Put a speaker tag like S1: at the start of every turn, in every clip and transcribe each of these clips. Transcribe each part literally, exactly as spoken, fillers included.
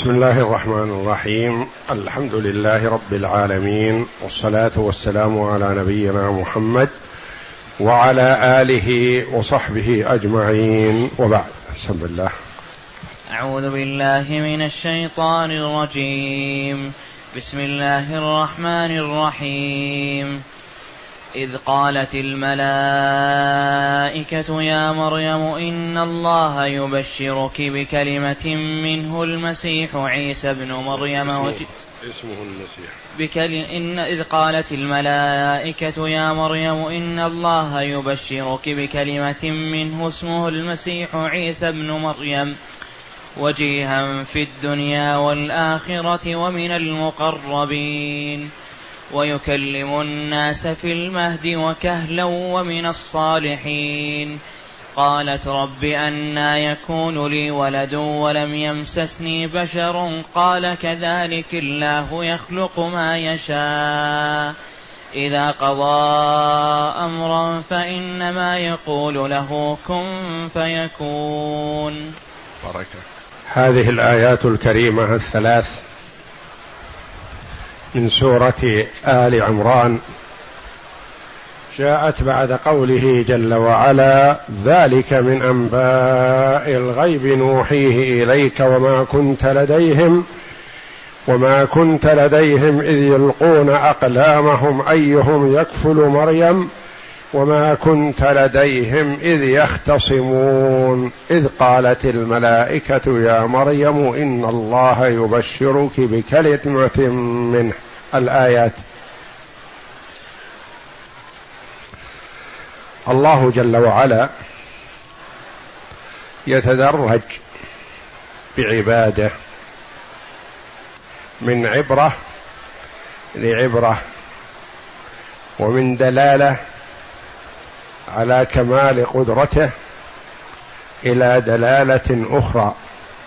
S1: بسم الله الرحمن الرحيم. الحمد لله رب العالمين، والصلاة والسلام على نبينا محمد وعلى آله وصحبه أجمعين، وبعد. بسم الله.
S2: أعوذ بالله من الشيطان الرجيم. بسم الله الرحمن الرحيم. إذ قالت الملائكة يا مريم إن الله يبشرك بكلمة منه المسيح عيسى ابن مريم
S1: اسمه,
S2: وج...
S1: اسمه المسيح
S2: بكل... إن إذ قالت الملائكة يا مريم إن الله يبشرك بكلمة منه اسمه المسيح عيسى ابن مريم وجيها في الدنيا والآخرة ومن المقربين ويكلم الناس في المهد وكهلا ومن الصالحين. قالت رب أنى يكون لي ولد ولم يمسسني بشر قال كذلك الله يخلق ما يشاء إذا قضى أمرا فإنما يقول له كن فيكون.
S1: بركة. هذه الآيات الكريمة الثلاث من سورة آل عمران جاءت بعد قوله جل وعلا: ذلك من أنباء الغيب نوحيه إليك وما كنت لديهم وما كنت لديهم إذ يلقون أقلامهم أيهم يكفل مريم وما كنت لديهم إذ يختصمون إذ قالت الملائكة يا مريم إن الله يبشرك بكلمة منه. الآيات. الله جل وعلا يتدرج بعباده من عبرة لعبرة ومن دلالة على كمال قدرته إلى دلالة أخرى،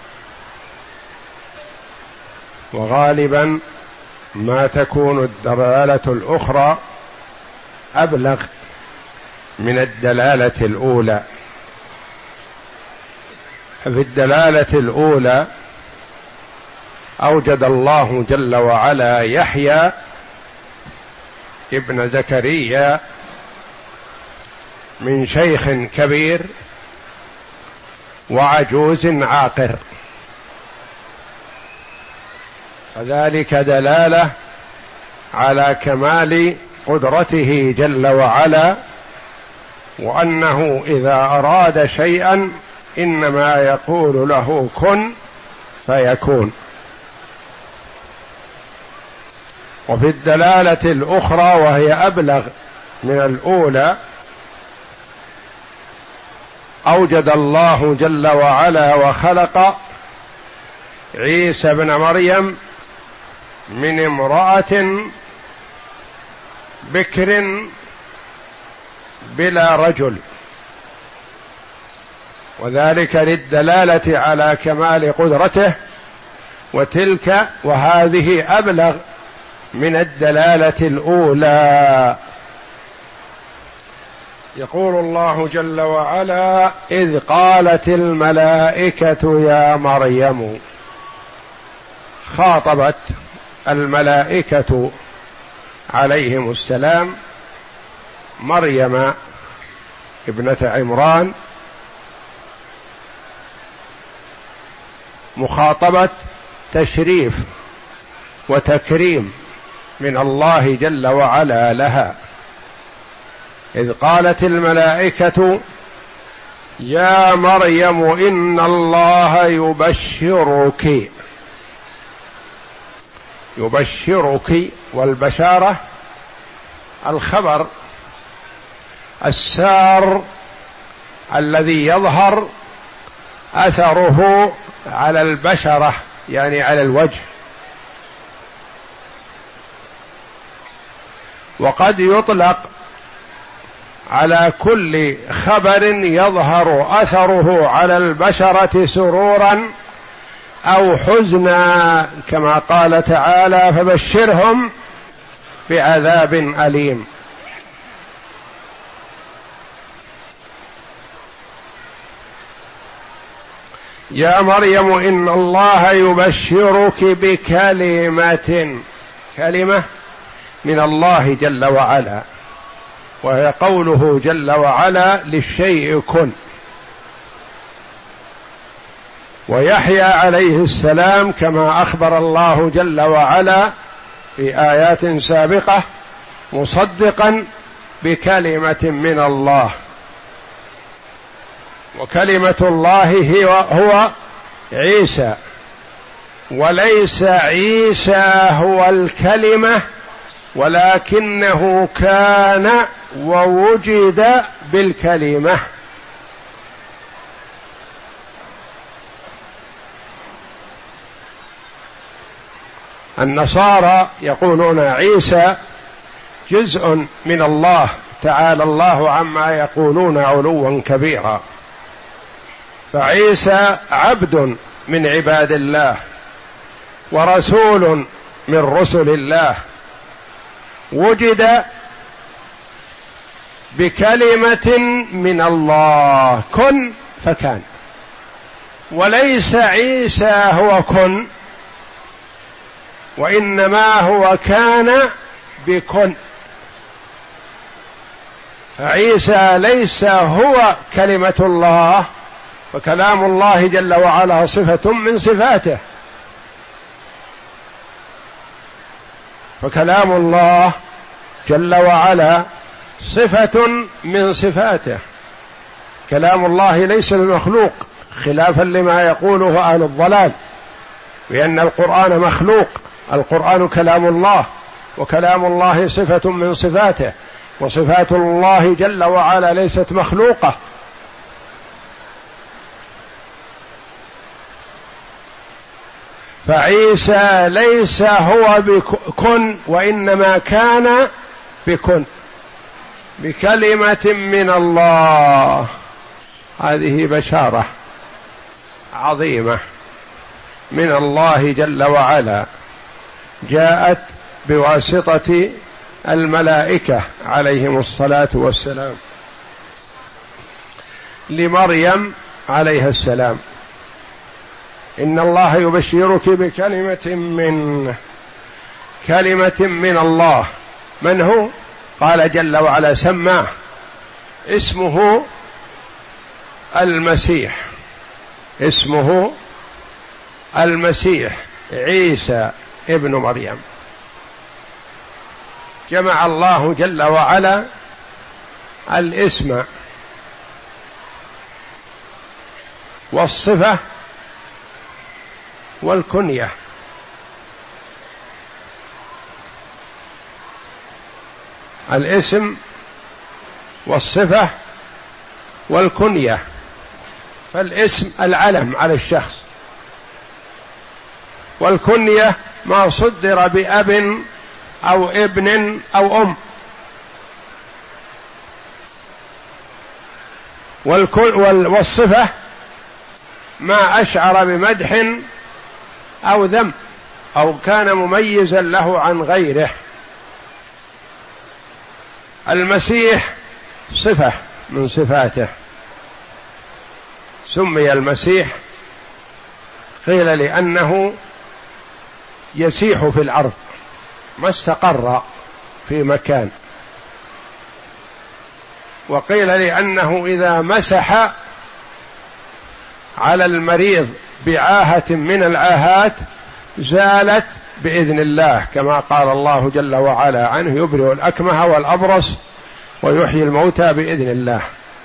S1: وغالبا ما تكون الدلالة الأخرى أبلغ من الدلالة الأولى. في الدلالة الأولى أوجد الله جل وعلا يحيى ابن زكريا من شيخ كبير وعجوز عاقر، فذلك دلالة على كمال قدرته جل وعلا، وأنه إذا أراد شيئا إنما يقول له كن فيكون. وفي الدلالة الأخرى وهي أبلغ من الأولى أوجد الله جل وعلا وخلق عيسى ابن مريم من امرأة بكر بلا رجل، وذلك للدلالة على كمال قدرته، وتلك وهذه أبلغ من الدلالة الأولى. يقول الله جل وعلا: إذ قالت الملائكة يا مريم. خاطبت الملائكة عليهم السلام مريم ابنة عمران مخاطبة تشريف وتكريم من الله جل وعلا لها. إذ قالت الملائكة يا مريم إن الله يبشرك. يبشرك، والبشارة الخبر السار الذي يظهر أثره على البشرة، يعني على الوجه. وقد يطلق على كل خبر يظهر أثره على البشرة سرورا أو حزنا، كما قال تعالى: فبشرهم بعذاب أليم. يا مريم إن الله يبشرك بكلمة، كلمة من الله جل وعلا، وهي قوله جل وعلا للشيء كن. ويحيى عليه السلام كما أخبر الله جل وعلا في آيات سابقة مصدقا بكلمة من الله، وكلمة الله هو عيسى، وليس عيسى هو الكلمة ولكنه كان ووجد بالكلمة. النصارى يقولون عيسى جزء من الله تعالى الله عما يقولون علوا كبيرا، فعيسى عبد من عباد الله ورسول من رسل الله، وجد بكلمة من الله كن فكان، وليس عيسى هو كن وإنما هو كان بكن. فعيسى ليس هو كلمة الله، فكلام الله جل وعلا صفة من صفاته، فكلام الله جل وعلا صفة من صفاته. كلام الله ليس بمخلوق، خلافا لما يقوله أهل الضلال بأن القرآن مخلوق. القرآن كلام الله، وكلام الله صفة من صفاته، وصفات الله جل وعلا ليست مخلوقة. فعيسى ليس هو بكن وإنما كان بكن بكلمة من الله. هذه بشارة عظيمة من الله جل وعلا جاءت بواسطة الملائكة عليهم الصلاة والسلام لمريم عليها السلام. إن الله يبشرك بكلمة من كلمة من الله. من هو؟ قال جل وعلا سماه، اسمه المسيح، اسمه المسيح عيسى ابن مريم. جمع الله جل وعلا الاسم والصفة والكنية. الاسم والصفة والكنية. فالاسم العلم على الشخص، والكنية ما صدر بأب أو ابن أو أم، والصفة ما أشعر بمدح أو ذم أو كان مميزا له عن غيره. المسيح صفة من صفاته، سمي المسيح قيل لأنه يسيح في الأرض ما استقر في مكان، وقيل لأنه إذا مسح على المريض بعاهة من العاهات زالت بإذن الله، كما قال الله جل وعلا عنه يبرئ الأكمه والأبرص ويحيي الموتى بإذن الله.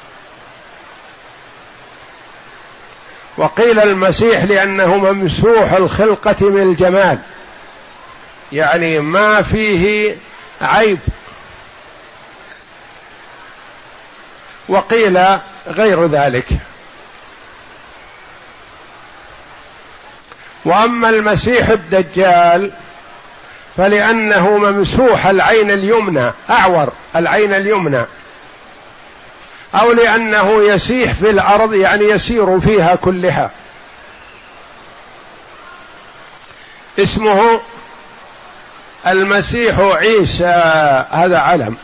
S1: وقيل المسيح لأنه ممسوح الخلقة من الجمال، يعني ما فيه عيب. وقيل غير ذلك. وأما المسيح الدجال فلأنه ممسوح العين اليمنى، أعور العين اليمنى، أو لأنه يسيح في الأرض يعني يسير فيها كلها. اسمه المسيح عيسى، هذا علم.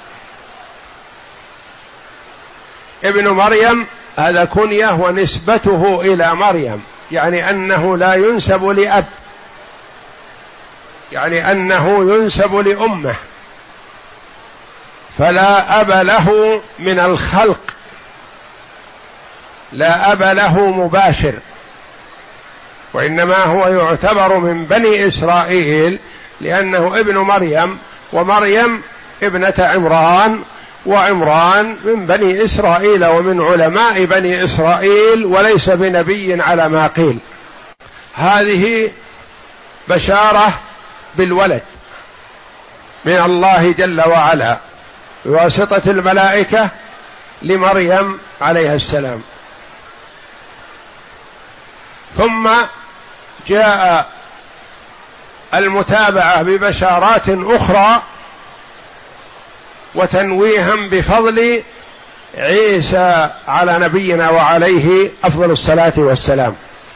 S1: ابن مريم هذا كنية ونسبته إلى مريم يعني أنه لا ينسب لأب، يعني أنه ينسب لأمه، فلا أب له من الخلق، لا أب له مباشر، وإنما هو يعتبر من بني إسرائيل لأنه ابن مريم، ومريم ابنة عمران، وعمران من بني إسرائيل ومن علماء بني إسرائيل، وليس بنبي على ما قيل. هذه بشارة بالولد من الله جل وعلا بواسطة الملائكة لمريم عليها السلام. ثم جاء المتابعة ببشارات أخرى وتنويها بفضل عيسى على نبينا وعليه أفضل الصلاة والسلام.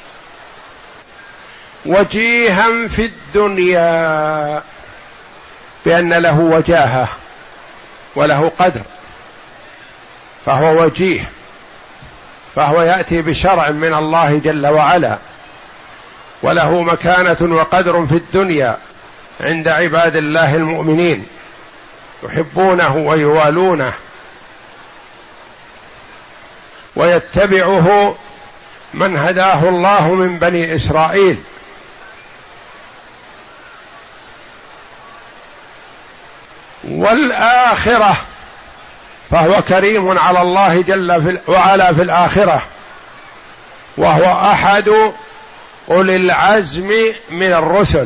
S1: وجيها في الدنيا بأن له وجاهة وله قدر، فهو وجيه، فهو يأتي بشرع من الله جل وعلا، وله مكانة وقدر في الدنيا عند عباد الله المؤمنين، يحبونه ويوالونه، ويتبعه من هداه الله من بني إسرائيل. والآخرة فهو كريم على الله جل وعلا في الآخرة، وهو أحد أولي العزم من الرسل.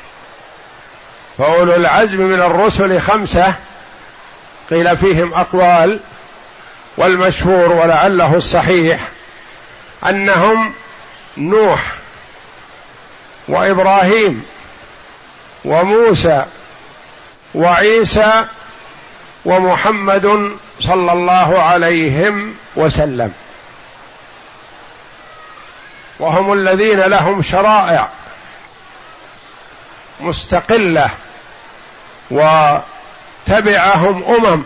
S1: فأولو العزم من الرسل خمسة قيل فيهم أقوال، والمشهور ولعله الصحيح أنهم نوح وإبراهيم وموسى وعيسى ومحمد صلى الله عليهم وسلم، وهم الذين لهم شرائع مستقلة وتبعهم أمم،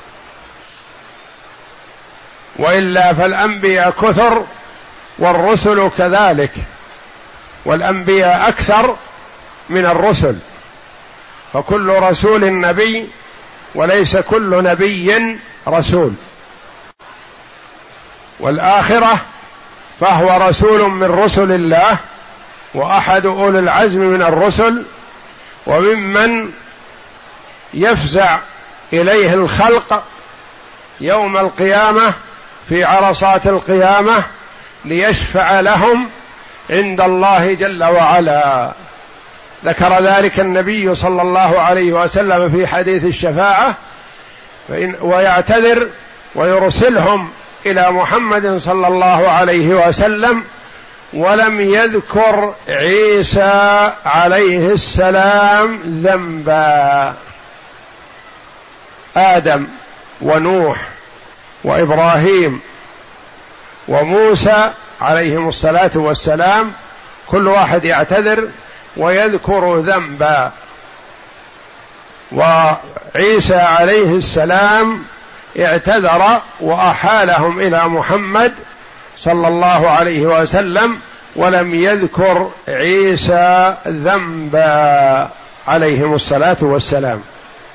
S1: وإلا فالأنبياء كثر والرسل كذلك، والأنبياء أكثر من الرسل، فكل رسول نبي وليس كل نبي رسول. والآخرة فهو رسول من رسل الله، وأحد أولي العزم من الرسل، وممن يفزع إليه الخلق يوم القيامة في عرصات القيامة ليشفع لهم عند الله جل وعلا. ذكر ذلك النبي صلى الله عليه وسلم في حديث الشفاعة، ويعتذر ويرسلهم إلى محمد صلى الله عليه وسلم، ولم يذكر عيسى عليه السلام ذنبا. آدم ونوح وإبراهيم وموسى عليهم الصلاة والسلام كل واحد يعتذر ويذكر ذنبا، وعيسى عليه السلام اعتذر وأحالهم إلى محمد صلى الله عليه وسلم، ولم يذكر عيسى ذنبا عليهم الصلاة والسلام.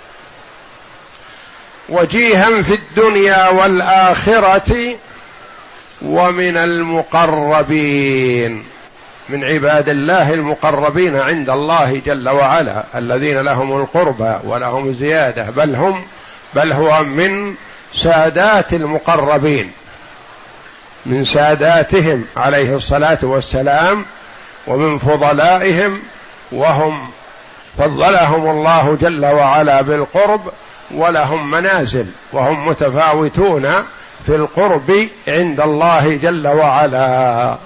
S1: وجيها في الدنيا والآخرة ومن المقربين، من عباد الله المقربين عند الله جل وعلا، الذين لهم القربى ولهم زيادة، بل هم بل هو من سادات المقربين، من ساداتهم عليه الصلاة والسلام، ومن فضلائهم، وهم فضلهم الله جل وعلا بالقرب، ولهم منازل، وهم متفاوتون في القرب عند الله جل وعلا.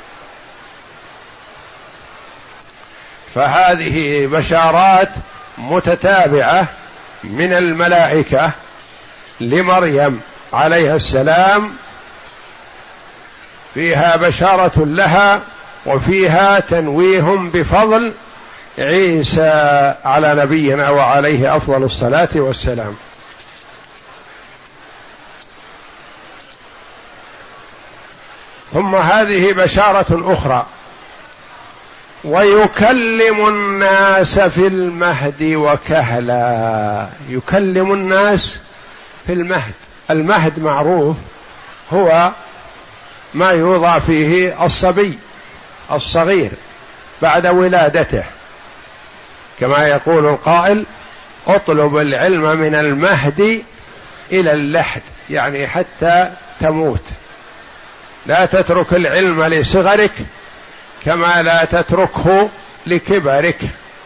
S1: فهذه بشارات متتابعة من الملائكة لمريم عليها السلام، فيها بشارة لها وفيها تنويه بفضل عيسى على نبينا وعليه أفضل الصلاة والسلام. ثم هذه بشارة أخرى: ويكلم الناس في المهد وكهلا. يكلم الناس في المهد. المهد معروف هو ما يوضع فيه الصبي الصغير بعد ولادته، كما يقول القائل: اطلب العلم من المهد إلى اللحد، يعني حتى تموت، لا تترك العلم لصغرك كما لا تتركه لكبرك.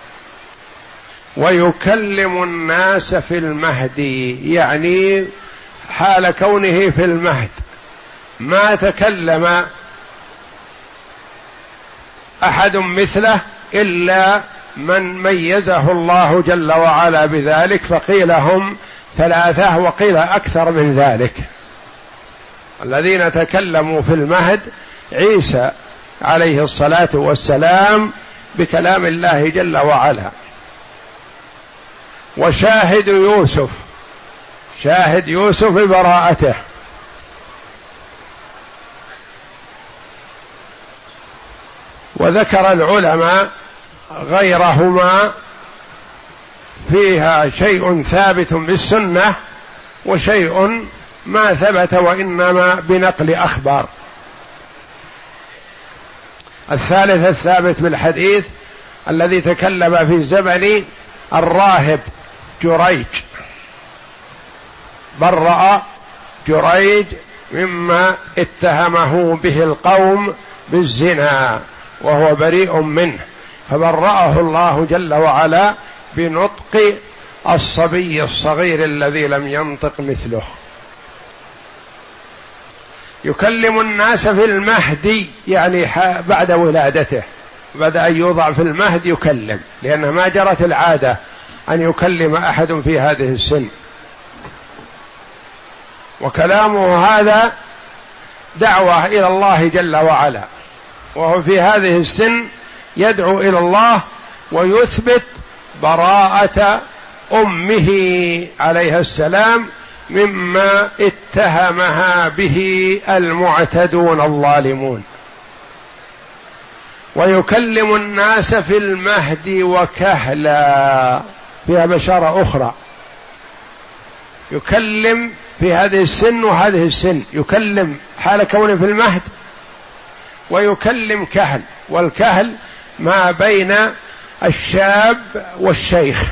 S1: ويكلم الناس في المهد، يعني حال كونه في المهد ما تكلم أحد مثله إلا من ميزه الله جل وعلا بذلك، فقيل هم ثلاثة وقيل أكثر من ذلك. الذين تكلموا في المهد عيسى عليه الصلاة والسلام بكلام الله جل وعلا، وشاهد يوسف، شاهد يوسف ببراءته، وذكر العلماء غيرهما فيها شيء ثابت بالسنة وشيء ما ثبت وإنما بنقل أخبار. الثالث الثابت بالحديث الذي تكلم في زمن الراهب جريج، برأ جريج مما اتهمه به القوم بالزنا وهو بريء منه، فبرأه الله جل وعلا بنطق الصبي الصغير الذي لم ينطق مثله. يكلم الناس في المهد، يعني بعد ولادته، بعد أن يوضع في المهد يكلم، لأن ما جرت العادة أن يكلم أحد في هذه السن، وكلامه هذا دعوة إلى الله جل وعلا، وهو في هذه السن يدعو إلى الله ويثبت براءة أمه عليها السلام مما اتهمها به المعتدون الظالمون. ويكلم الناس في المهد وكهلا، فيها بشارة أخرى، يكلم في هذه السن وهذه السن، يكلم حال كونه في المهد، ويكلم كهل، والكهل ما بين الشاب والشيخ،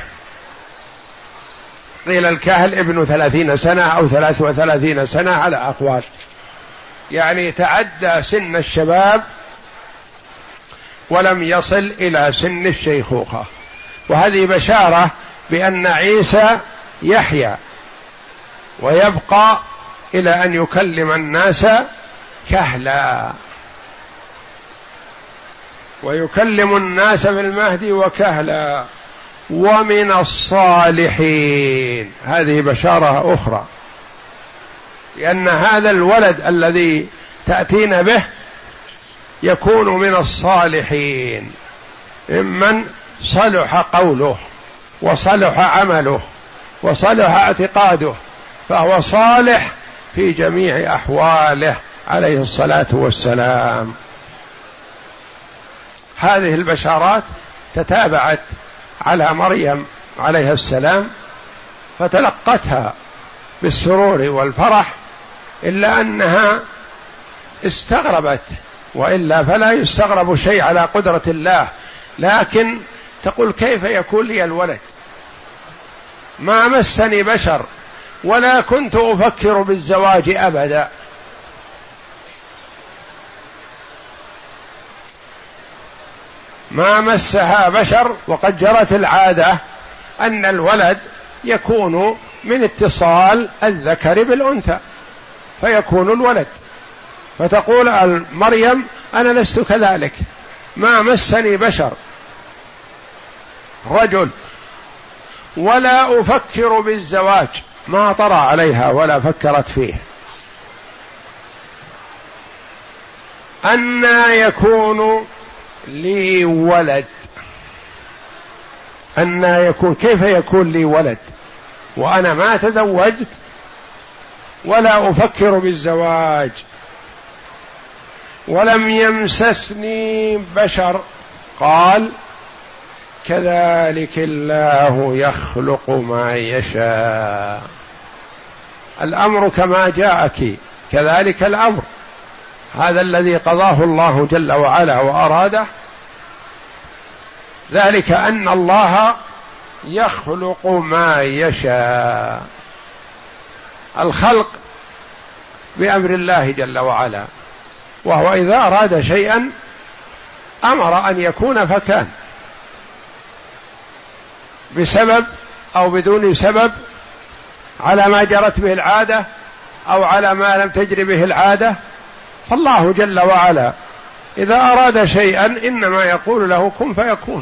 S1: قيل الكهل ابن ثلاثين سنة أو ثلاث وثلاثين سنة على أقوال، يعني تعدى سن الشباب ولم يصل إلى سن الشيخوخة. وهذه بشارة بأن عيسى يحيى ويبقى إلى أن يكلم الناس كهلا. ويكلم الناس في المهد وكهلا ومن الصالحين، هذه بشارة أخرى، لأن هذا الولد الذي تأتين به يكون من الصالحين، ممن صلح قوله وصلح عمله وصلح اعتقاده، فهو صالح في جميع أحواله عليه الصلاة والسلام. هذه البشارات تتابعت على مريم عليها السلام فتلقتها بالسرور والفرح، إلا أنها استغربت، وإلا فلا يستغرب شيء على قدرة الله، لكن تقول: كيف يكون لي الولد؟ ما مسني بشر ولا كنت أفكر بالزواج أبدا. ما مسها بشر، وقد جرت العادة أن الولد يكون من اتصال الذكر بالأنثى فيكون الولد، فتقول مريم: أنا لست كذلك، ما مسني بشر رجل ولا أفكر بالزواج، ما طرأ عليها ولا فكرت فيه. أنى يكون لي ولد؟ أنى يكون، كيف يكون لي ولد وأنا ما تزوجت ولا أفكر بالزواج؟ ولم يمسسني بشر، قال كذلك الله يخلق ما يشاء. الأمر كما جاءك، كذلك الأمر، هذا الذي قضاه الله جل وعلا وأراده، ذلك أن الله يخلق ما يشاء. الخلق بأمر الله جل وعلا، وهو إذا أراد شيئا أمر أن يكون فكان، بسبب أو بدون سبب، على ما جرت به العادة أو على ما لم تجر به العادة. فالله جل وعلا إذا أراد شيئا إنما يقول له كن فيكون،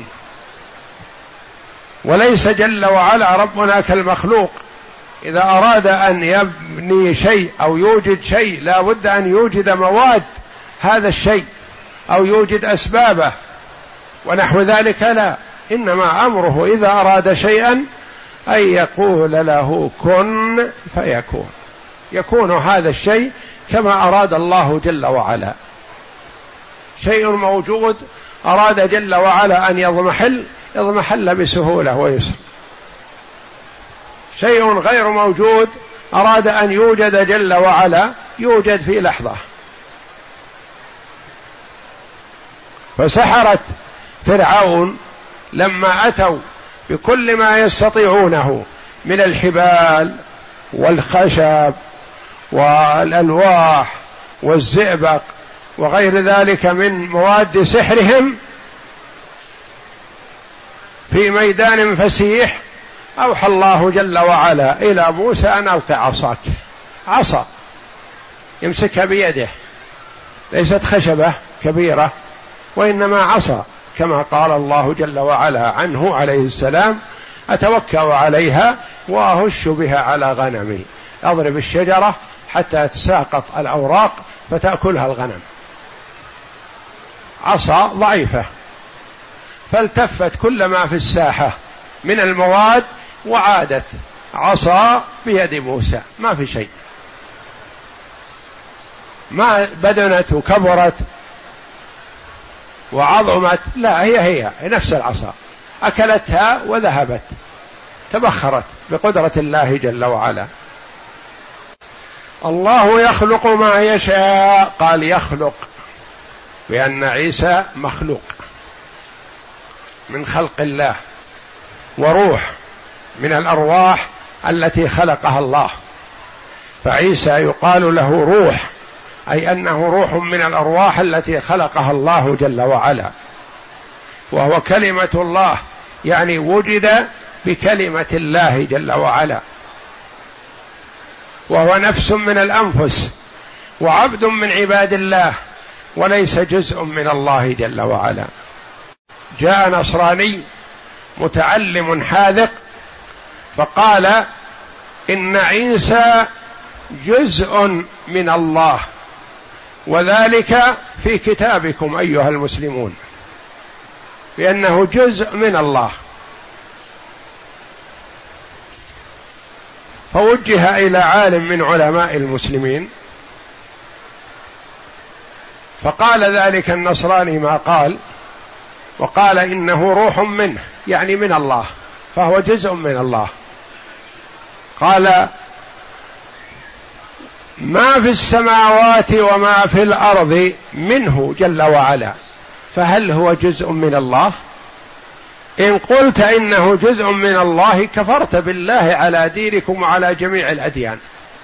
S1: وليس جل وعلا ربنا كالمخلوق، إذا أراد أن يبني شيء أو يوجد شيء لا بد أن يوجد مواد هذا الشيء أو يوجد أسبابه ونحو ذلك. لا، إنما أمره إذا أراد شيئا أن يقول له كن فيكون، يكون هذا الشيء كما أراد الله جل وعلا. شيء موجود أراد جل وعلا أن يضمحل، يضمحل بسهولة ويسر. شيء غير موجود أراد أن يوجد جل وعلا، يوجد في لحظة. فسحرة فرعون لما أتوا بكل ما يستطيعونه من الحبال والخشب والألواح والزئبق وغير ذلك من مواد سحرهم في ميدان فسيح، أوحى الله جل وعلا إلى موسى أن ألق عصاك، عصا يمسكها بيده، ليست خشبة كبيرة وإنما عصا، كما قال الله جل وعلا عنه عليه السلام: أتوكأ عليها وأهش بها على غنمي، أضرب الشجرة حتى تساقط الأوراق فتأكلها الغنم. عصا ضعيفة، فالتفت كل ما في الساحة من المواد وعادت عصا بيد موسى، ما في شيء، ما بدنت وكبرت وعظمت، لا، هي هي نفس العصا، أكلتها وذهبت، تبخرت بقدرة الله جل وعلا. الله يخلق ما يشاء، قال يخلق بأن عيسى مخلوق من خلق الله، وروح من الأرواح التي خلقها الله، فعيسى يقال له روح، أي أنه روح من الأرواح التي خلقها الله جل وعلا، وهو كلمة الله، يعني وجد بكلمة الله جل وعلا، وهو نفس من الأنفس وعبد من عباد الله، وليس جزء من الله جل وعلا. جاء نصراني متعلم حاذق فقال إن عيسى جزء من الله، وذلك في كتابكم أيها المسلمون، بأنه جزء من الله. فوجه إلى عالم من علماء المسلمين فقال ذلك النصراني ما قال، وقال إنه روح منه، يعني من الله، فهو جزء من الله. قال ما في السماوات وما في الأرض منه جل وعلا، فهل هو جزء من الله؟ إن قلت إنه جزء من الله كفرت بالله على دينكم وعلى جميع الأديان،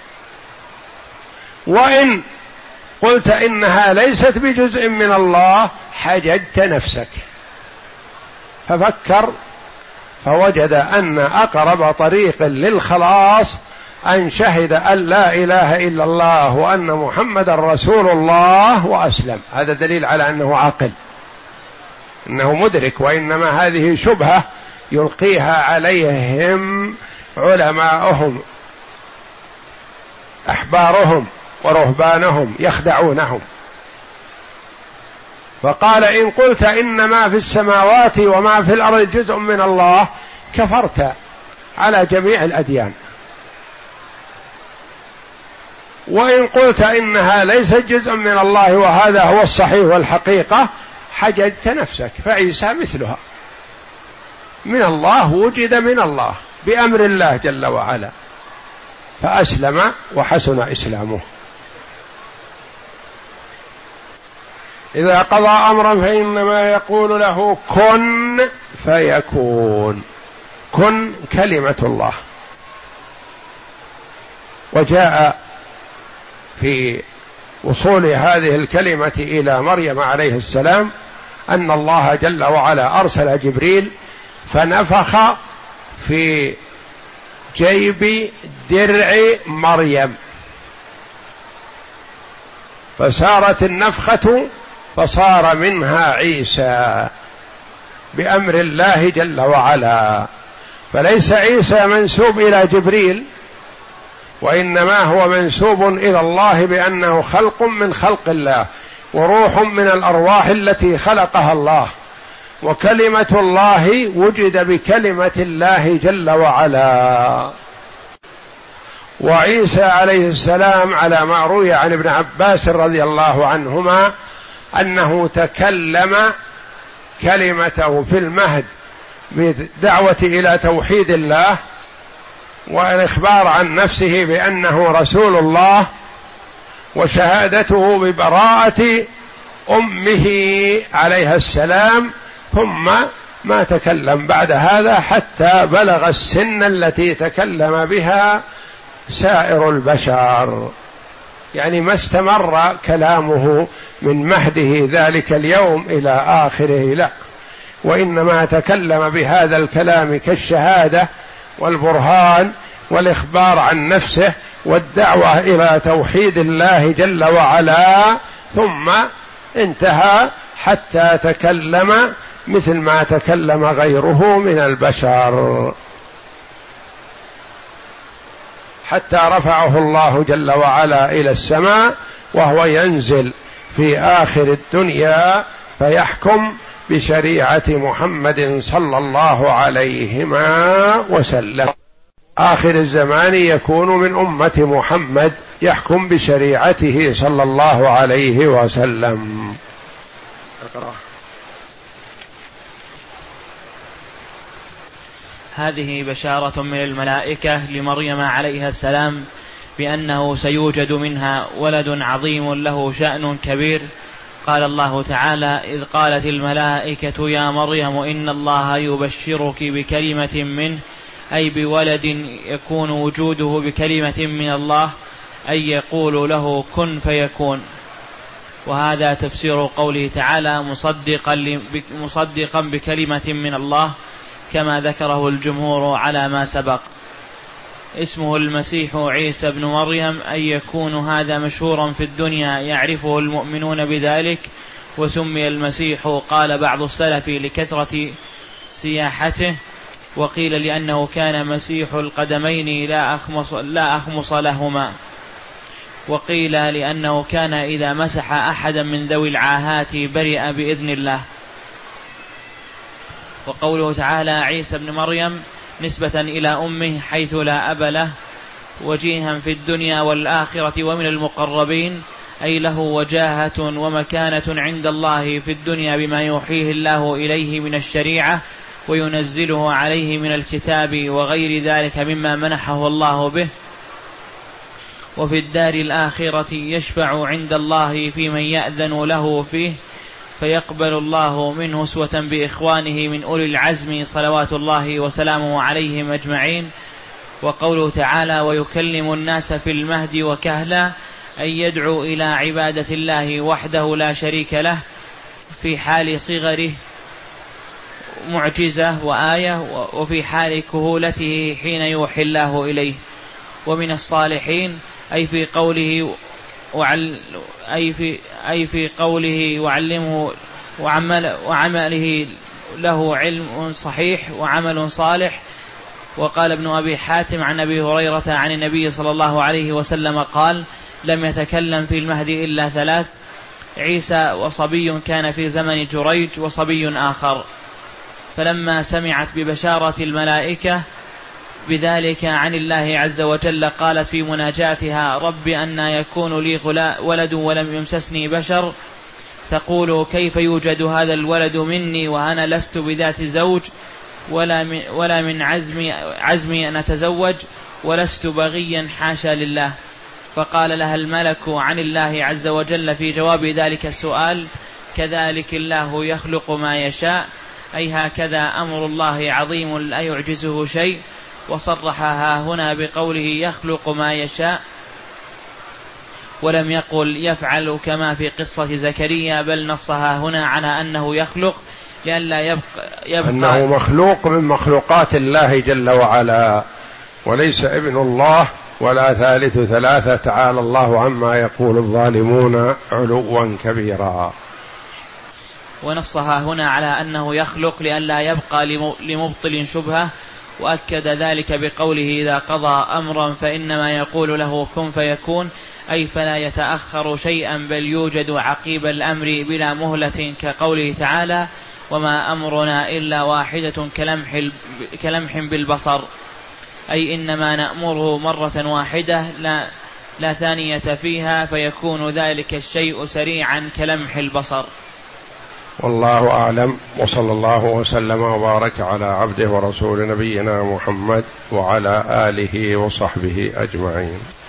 S1: وإن قلت إنها ليست بجزء من الله حججت نفسك. ففكر فوجد أن أقرب طريق للخلاص أن شهد أن لا إله إلا الله وأن محمد رسول الله وأسلم. هذا دليل على أنه عاقل، إنه مدرك، وإنما هذه شبهة يلقيها عليهم علماؤهم أحبارهم ورهبانهم يخدعونهم. فقال إن قلت إن ما في السماوات وما في الأرض جزء من الله كفرت على جميع الأديان. وإن قلت إنها ليست جزء من الله وهذا هو الصحيح والحقيقة حججت نفسك، فعيسى مثلها من الله، وجد من الله بأمر الله جل وعلا، فأسلم وحسن إسلامه. إذا قضى أمرا فإنما يقول له كن فيكون. كن كلمة الله. وجاء في وصول هذه الكلمة إلى مريم عليه السلام أن الله جل وعلا أرسل جبريل فنفخ في جيب درع مريم، فسارت النفخة فصار منها عيسى بأمر الله جل وعلا. فليس عيسى منسوب إلى جبريل، وإنما هو منسوب إلى الله بأنه خلق من خلق الله وروح من الأرواح التي خلقها الله، وكلمة الله وجد بكلمة الله جل وعلا. وعيسى عليه السلام على ما روي عن ابن عباس رضي الله عنهما أنه تكلم كلمته في المهد بالدعوة إلى توحيد الله والإخبار عن نفسه بأنه رسول الله، وشهادته ببراءة أمه عليها السلام، ثم ما تكلم بعد هذا حتى بلغ السن التي تكلم بها سائر البشر، يعني ما استمر كلامه من مهده ذلك اليوم إلى آخره، لا، وإنما تكلم بهذا الكلام كالشهادة والبرهان والإخبار عن نفسه والدعوة إلى توحيد الله جل وعلا، ثم انتهى حتى تكلم مثل ما تكلم غيره من البشر، حتى رفعه الله جل وعلا إلى السماء، وهو ينزل في آخر الدنيا فيحكم بشريعة محمد صلى الله عليه وسلم. آخر الزمان يكون من أمة محمد يحكم بشريعته صلى الله عليه وسلم. اقرأ.
S2: هذه بشارة من الملائكة لمريم عليها السلام بأنه سيوجد منها ولد عظيم له شأن كبير. قال الله تعالى: إذ قالت الملائكة يا مريم إن الله يبشرك بكلمة منه، أي بولد يكون وجوده بكلمة من الله، أي يقول له كن فيكون. وهذا تفسير قوله تعالى مصدقا, مصدقا بكلمة من الله كما ذكره الجمهور على ما سبق. اسمه المسيح عيسى بن مريم، أن يكون هذا مشهورا في الدنيا يعرفه المؤمنون بذلك. وسمي المسيح قال بعض السلف لكثرة سياحته، وقيل لأنه كان مسيح القدمين لا أخمص, لا أخمص لهما، وقيل لأنه كان إذا مسح أحدا من ذوي العاهات برئ بإذن الله. وقوله تعالى عيسى بن مريم نسبة إلى أمه حيث لا أب له، وجيها في الدنيا والآخرة ومن المقربين، أي له وجاهة ومكانة عند الله في الدنيا بما يوحيه الله إليه من الشريعة وينزله عليه من الكتاب وغير ذلك مما منحه الله به. وفي الدار الآخرة يشفع عند الله في من يأذن له فيه، فيقبل الله منه أسوة بإخوانه من أولي العزم صلوات الله وسلامه عليهم أجمعين. وقوله تعالى ويكلم الناس في المهد وكهلا، أن يدعو إلى عبادة الله وحده لا شريك له في حال صغره معجزة وآية، وفي حال كهولته حين يوحي الله إليه. ومن الصالحين أي في قوله وعل أي في أي في قوله وعلمه وعمل وعمله له علم صحيح وعمل صالح. وقال ابن أبي حاتم عن أبي هريرة عن النبي صلى الله عليه وسلم قال: لم يتكلم في المهد إلا ثلاث: عيسى وصبي كان في زمن جريج وصبي آخر. فلما سمعت ببشارة الملائكة بذلك عن الله عز وجل قالت في مناجاتها رب أنى يكون لي ولد ولم يمسسني بشر، تقول كيف يوجد هذا الولد مني وأنا لست بذات زوج ولا من, ولا من عزمي, عزمي أن أتزوج ولست بغيا حاشا لله. فقال لها الملك عن الله عز وجل في جواب ذلك السؤال كذلك الله يخلق ما يشاء، أي هكذا أمر الله عظيم لا يعجزه شيء. وصرحها هنا بقوله يخلق ما يشاء ولم يقل يفعل كما في قصة زكريا، بل نصها هنا على أنه يخلق لئلا يبقى, يبقى
S1: أنه مخلوق من مخلوقات الله جل وعلا وليس ابن الله ولا ثالث ثلاثة، تعالى الله عما يقول الظالمون علوا كبيرا.
S2: ونصها هنا على أنه يخلق لئلا يبقى لمبطل شبهة، وأكد ذلك بقوله إذا قضى أمرا فإنما يقول له كن فيكون، أي فلا يتأخر شيئا بل يوجد عقيب الأمر بلا مهلة، كقوله تعالى وما أمرنا إلا واحدة كلمح, كلمح بالبصر، أي إنما نأمره مرة واحدة لا, لا ثانية فيها فيكون ذلك الشيء سريعا كلمح البصر.
S1: والله أعلم، وصلى الله وسلم وبارك على عبده ورسول نبينا محمد وعلى آله وصحبه أجمعين.